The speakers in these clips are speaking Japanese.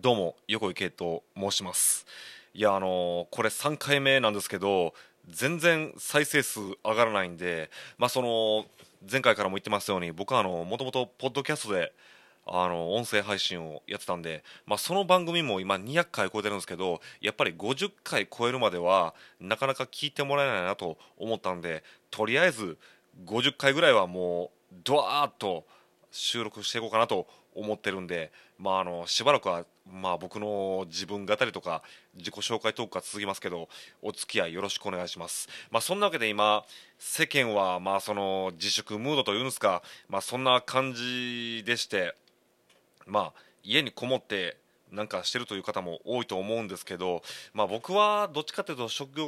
どうも横井圭と申します。いやこれ3回目なんですけど、全然再生数上がらないんで、前回からも言ってますように、僕はもともとポッドキャストで音声配信をやってたんで、その番組も今200回超えてるんですけど、やっぱり50回超えるまではなかなか聞いてもらえないなと思ったんで、とりあえず50回ぐらいはもうドワーッと収録していこうかなと思ってるんで、しばらくは、僕の自分語りとか自己紹介トークが続きますけど、お付き合いよろしくお願いします。そんなわけで今世間はその自粛ムードというんですか、そんな感じでして、家にこもってなんかしてるという方も多いと思うんですけど、僕はどっちかというと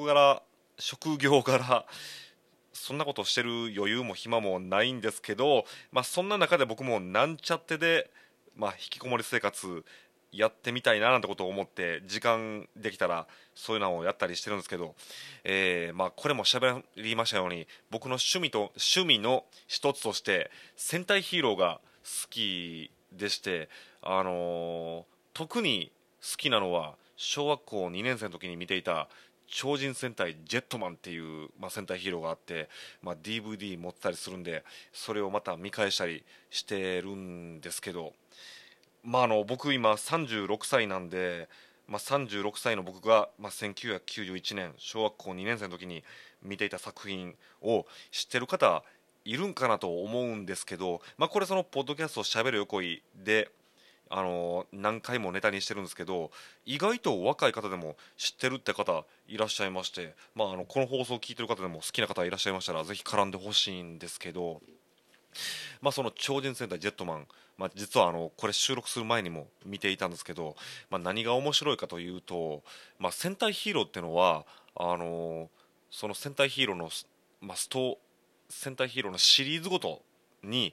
職業柄そんなことしてる余裕も暇もないんですけど、そんな中で僕もなんちゃってで、引きこもり生活やってみたいななんてことを思って、時間できたらそういうのをやったりしてるんですけど、これも喋りましたように、僕の趣味の一つとして戦隊ヒーローが好きでして、特に好きなのは小学校2年生の時に見ていた超人戦隊ジェットマンっていう、戦隊ヒーローがあって、DVD 持ってたりするんで、それをまた見返したりしてるんですけど、僕今36歳なんで、36歳の僕が、1991年小学校2年生の時に見ていた作品を知ってる方いるんかなと思うんですけど、これそのポッドキャストしゃべる横井で何回もネタにしてるんですけど、意外と若い方でも知ってるって方いらっしゃいまして、この放送を聞いてる方でも好きな方いらっしゃいましたらぜひ絡んでほしいんですけど、その超人戦隊ジェットマン、実はこれ収録する前にも見ていたんですけど、何が面白いかというと、戦隊ヒーローっていうのはその戦隊ヒーローの、まあ、スト戦隊ヒーローのシリーズごとに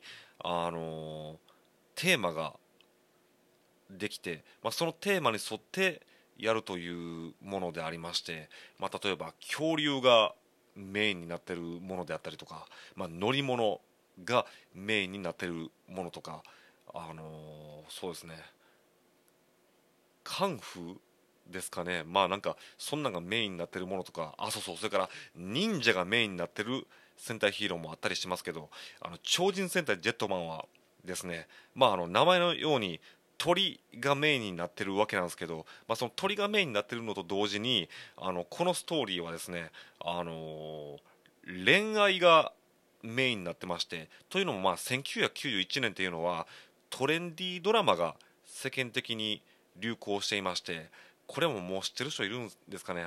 テーマができて、そのテーマに沿ってやるというものでありまして、例えば恐竜がメインになっているものであったりとか、乗り物がメインになっているものとか、そうですね、カンフーですかね、なんかそんなんがメインになってるものとか、それから忍者がメインになってる戦隊ヒーローもあったりしますけど、超人戦隊ジェットマンはですね、名前のように鳥がメインになってるわけなんですけど、その鳥がメインになってるのと同時にこのストーリーはですね、恋愛がメインになってまして、というのも1991年っていうのはトレンディードラマが世間的に流行していまして、これももう知ってる人いるんですかね、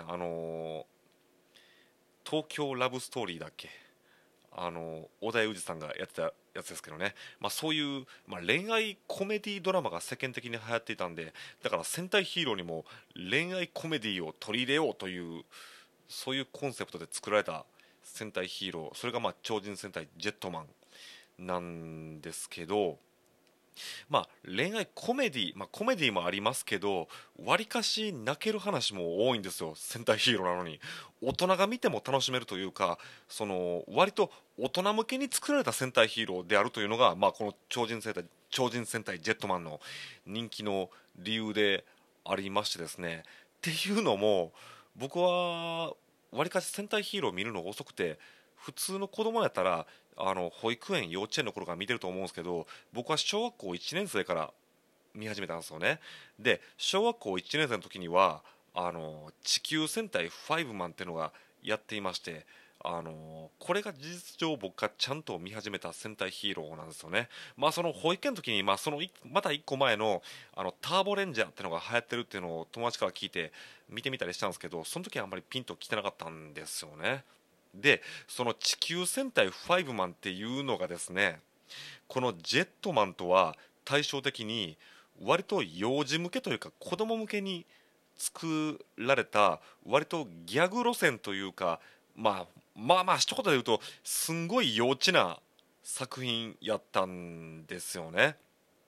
東京ラブストーリーだっけ、織田裕二さんがやってたやつですけどね、そういう、恋愛コメディドラマが世間的に流行っていたんで、だから戦隊ヒーローにも恋愛コメディを取り入れようという、そういうコンセプトで作られた戦隊ヒーロー、それが超人戦隊ジェットマンなんですけど、恋愛コメディ、コメディもありますけど、わりかし泣ける話も多いんですよ、戦隊ヒーローなのに。大人が見ても楽しめるというか、割と大人向けに作られた戦隊ヒーローであるというのが、この超人戦隊ジェットマンの人気の理由でありましてですね。っていうのも、僕はわりかし戦隊ヒーローを見るのが遅くて、普通の子供やったら保育園幼稚園の頃から見てると思うんですけど、僕は小学校1年生から見始めたんですよね。で小学校1年生の時には地球戦隊ファイブマンっていうのがやっていまして、これが事実上僕がちゃんと見始めた戦隊ヒーローなんですよね。その保育園の時に、また1個前のターボレンジャーっていうのが流行ってるっていうのを友達から聞いて見てみたりしたんですけど、その時はあんまりピンときてなかったんですよね。でその地球戦隊ファイブマンっていうのがですね、このジェットマンとは対照的に割と幼児向けというか子供向けに作られた、割とギャグ路線というか、一言で言うとすんごい幼稚な作品やったんですよね。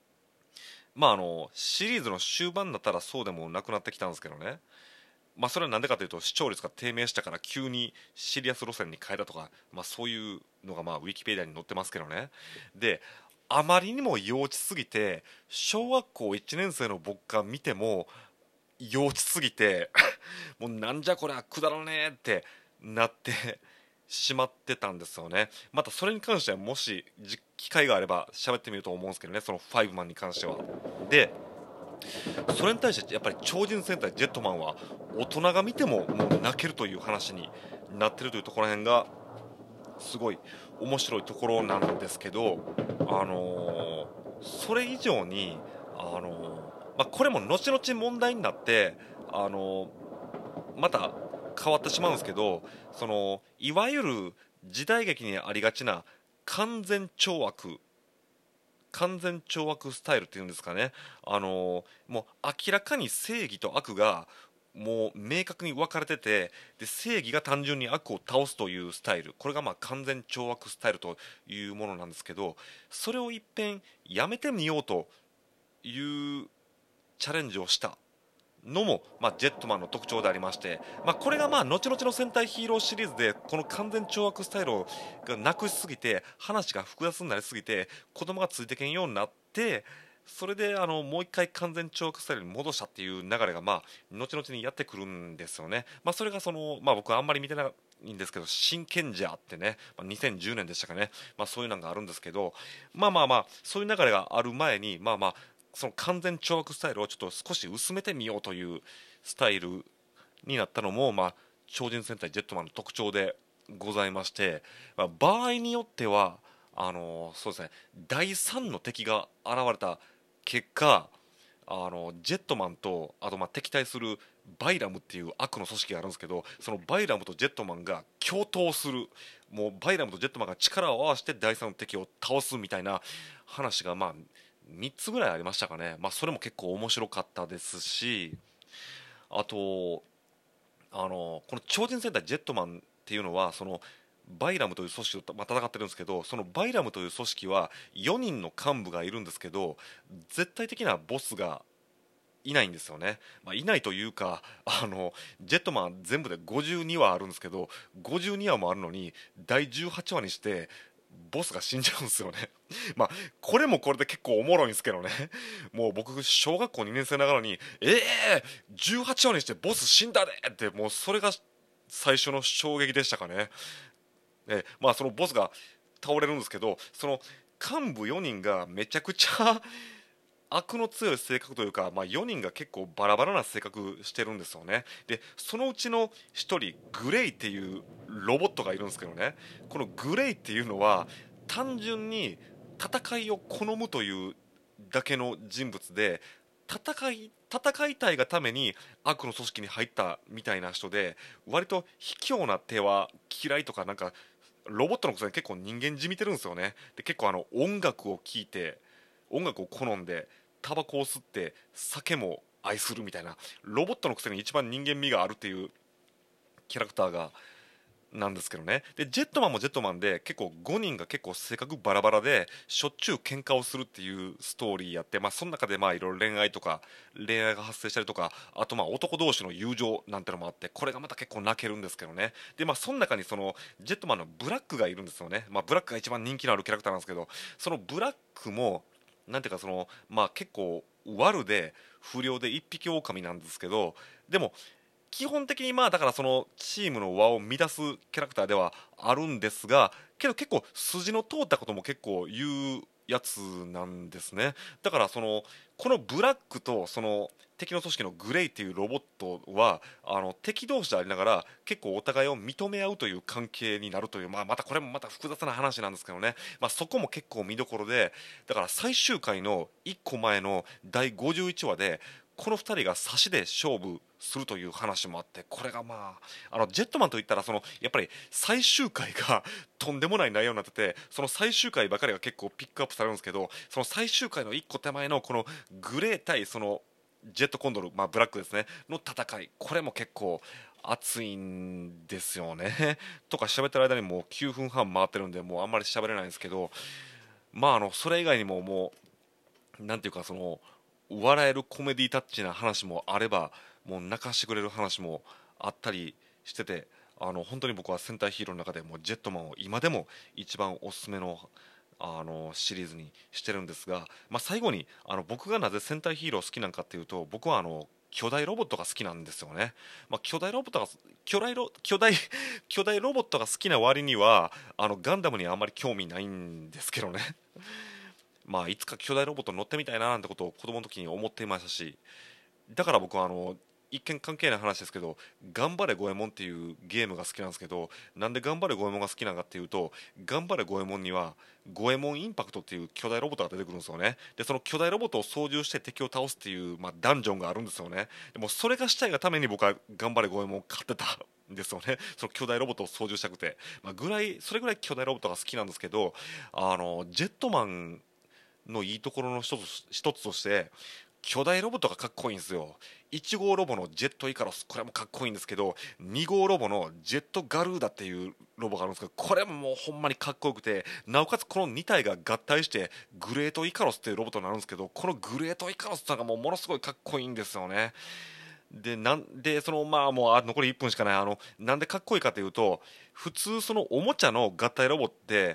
シリーズの終盤になったらそうでもなくなってきたんですけどね。それはなんでかというと視聴率が低迷したから急にシリアス路線に変えたとか、そういうのがウィキペディアに載ってますけどね。であまりにも幼稚すぎて、小学校1年生の僕が見ても幼稚すぎてもうなんじゃこりゃくだらねえってなってしまってたんですよね。またそれに関してはもし機会があれば喋ってみると思うんですけどね、そのファイブマンに関しては。でそれに対してやっぱり超人戦隊ジェットマンは大人が見てももう泣けるという話になってるというところら辺がすごい面白いところなんですけど、それ以上に、これも後々問題になって、また変わってしまうんですけど、いわゆる時代劇にありがちな完全懲悪スタイルっていうんですかね、もう明らかに正義と悪がもう明確に分かれてて、で正義が単純に悪を倒すというスタイル、これがまあ完全懲悪スタイルというものなんですけど、それを一遍やめてみようというチャレンジをしたのも、ジェットマンの特徴でありまして、これが後々の戦隊ヒーローシリーズでこの完全懲悪スタイルがなくしすぎて話が複雑になりすぎて子供がついてけんようになって、それでもう一回完全懲悪スタイルに戻したっていう流れが後々にやってくるんですよね。それが僕はあんまり見てないんですけど、真剣じゃってね、2010年でしたかね、そういうのがあるんですけど、そういう流れがある前にその完全懲悪スタイルをちょっと少し薄めてみようというスタイルになったのも、超人戦隊ジェットマンの特徴でございまして、場合によってはそうですね、第3の敵が現れた結果、ジェットマンとあと敵対するバイラムっていう悪の組織があるんですけど、そのバイラムとジェットマンが共闘する、もうバイラムとジェットマンが力を合わせて第3の敵を倒すみたいな話が3つぐらいありましたかね。それも結構面白かったですし、あとこの超人戦隊ジェットマンっていうのはバイラムという組織と戦ってるんですけど、そのバイラムという組織は4人の幹部がいるんですけど、絶対的なボスがいないんですよね。いないというか、ジェットマン全部で52話あるんですけど、52話もあるのに第18話にしてボスが死んじゃうんですよね。これもこれで結構おもろいんですけどね。もう僕小学校2年生ながらに18話にしてボス死んだでって、もうそれが最初の衝撃でしたかね。そのボスが倒れるんですけど、その幹部4人がめちゃくちゃ悪の強い性格というか、4人が結構バラバラな性格してるんですよね。でそのうちの1人グレイっていうロボットがいるんですけどね、このグレイっていうのは単純に戦いを好むというだけの人物で、戦いたいがために悪の組織に入ったみたいな人で、割と卑怯な手は嫌いとか、なんかロボットのくせに結構人間じみてるんですよね。で結構音楽を聴いて音楽を好んでタバコを吸って酒も愛するみたいな、ロボットのくせに一番人間味があるっていうキャラクターがなんですけどね。でジェットマンもジェットマンで結構5人が結構性格バラバラでしょっちゅう喧嘩をするっていうストーリーやって、その中でいろいろ恋愛が発生したりとか、あと男同士の友情なんてのもあって、これがまた結構泣けるんですけどね。でその中にジェットマンのブラックがいるんですよね。ブラックが一番人気のあるキャラクターなんですけど、そのブラックもなんていうか結構悪で不良で一匹狼なんですけど、でも基本的にだからチームの輪を乱すキャラクターではあるんですが、けど結構筋の通ったことも結構言うやつなんですね。だからこのブラックと敵の組織のグレイっていうロボットは敵同士でありながら結構お互いを認め合うという関係になるという、またこれもまた複雑な話なんですけどね、そこも結構見どころで、だから最終回の1個前の第51話でこの2人が差しで勝負するという話もあって、これがジェットマンといったらやっぱり最終回がとんでもない内容になってて、その最終回ばかりが結構ピックアップされるんですけど、その最終回の1個手前のこのグレー対ジェットコンドル、ブラックですねの戦い、これも結構熱いんですよね。とか喋ってる間にもう9分半回ってるんで、もうあんまり喋れないんですけど、それ以外にももうなんていうか笑えるコメディタッチな話もあれば、もう泣かしてくれる話もあったりしてて、本当に僕は戦隊ヒーローの中でもジェットマンを今でも一番おすすめのシリーズにしてるんですが、最後に僕がなぜ戦隊ヒーロー好きなんかっていうと、僕は巨大ロボットが好きなんですよね。巨大ロボットが巨大ロ巨大巨大ロボットが好きな割にはガンダムにはあまり興味ないんですけどね。いつか巨大ロボット乗ってみたいななんてことを子供の時に思っていましたし、だから僕は一見関係ない話ですけど「頑張れゴエモン」っていうゲームが好きなんですけど、なんで「頑張れゴエモン」が好きなのかっていうと、「頑張れゴエモン」にはゴエモンインパクトっていう巨大ロボットが出てくるんですよね。でその巨大ロボットを操縦して敵を倒すっていう、ダンジョンがあるんですよね。でもそれがしたいがために僕は「頑張れゴエモン」を買ってたんですよね。その巨大ロボットを操縦したくて、それぐらい巨大ロボットが好きなんですけど、ジェットマンのいいところの一つとして巨大ロボットがかっこいいんですよ。1号ロボのジェットイカロス、これもかっこいいんですけど、2号ロボのジェットガルーダっていうロボがあるんですけど、これももうほんまにかっこよくて、なおかつこの2体が合体してグレートイカロスっていうロボットになるんですけど、このグレートイカロスってのがもうものすごいかっこいいんですよね。でそのもう残り1分しかないなんでかっこいいかというと、普通そのおもちゃの合体ロボって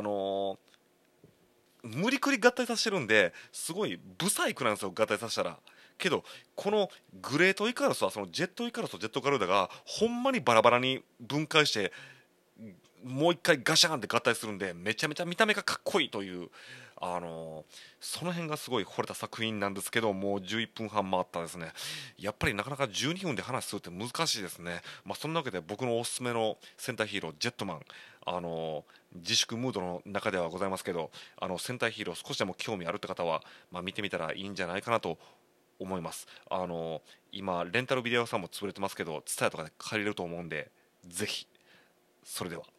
無理くり合体させてるんですごいブサイクなんですよ、合体させたら。けどこのグレートイカロスはそのジェットイカロスとジェットガルーダがほんまにバラバラに分解してもう一回ガシャンって合体するんで、めちゃめちゃ見た目がかっこいいという、その辺がすごい惚れた作品なんですけど、もう11分半回ったですね。やっぱりなかなか12分で話するって難しいですね。そんなわけで僕のおすすめの戦隊ヒーロージェットマン、自粛ムードの中ではございますけど、戦隊ヒーロー少しでも興味あるって方は、見てみたらいいんじゃないかなと思います。今レンタルビデオ屋さんも潰れてますけど、TSUTAYAとかで借りれると思うんで、ぜひ。それでは。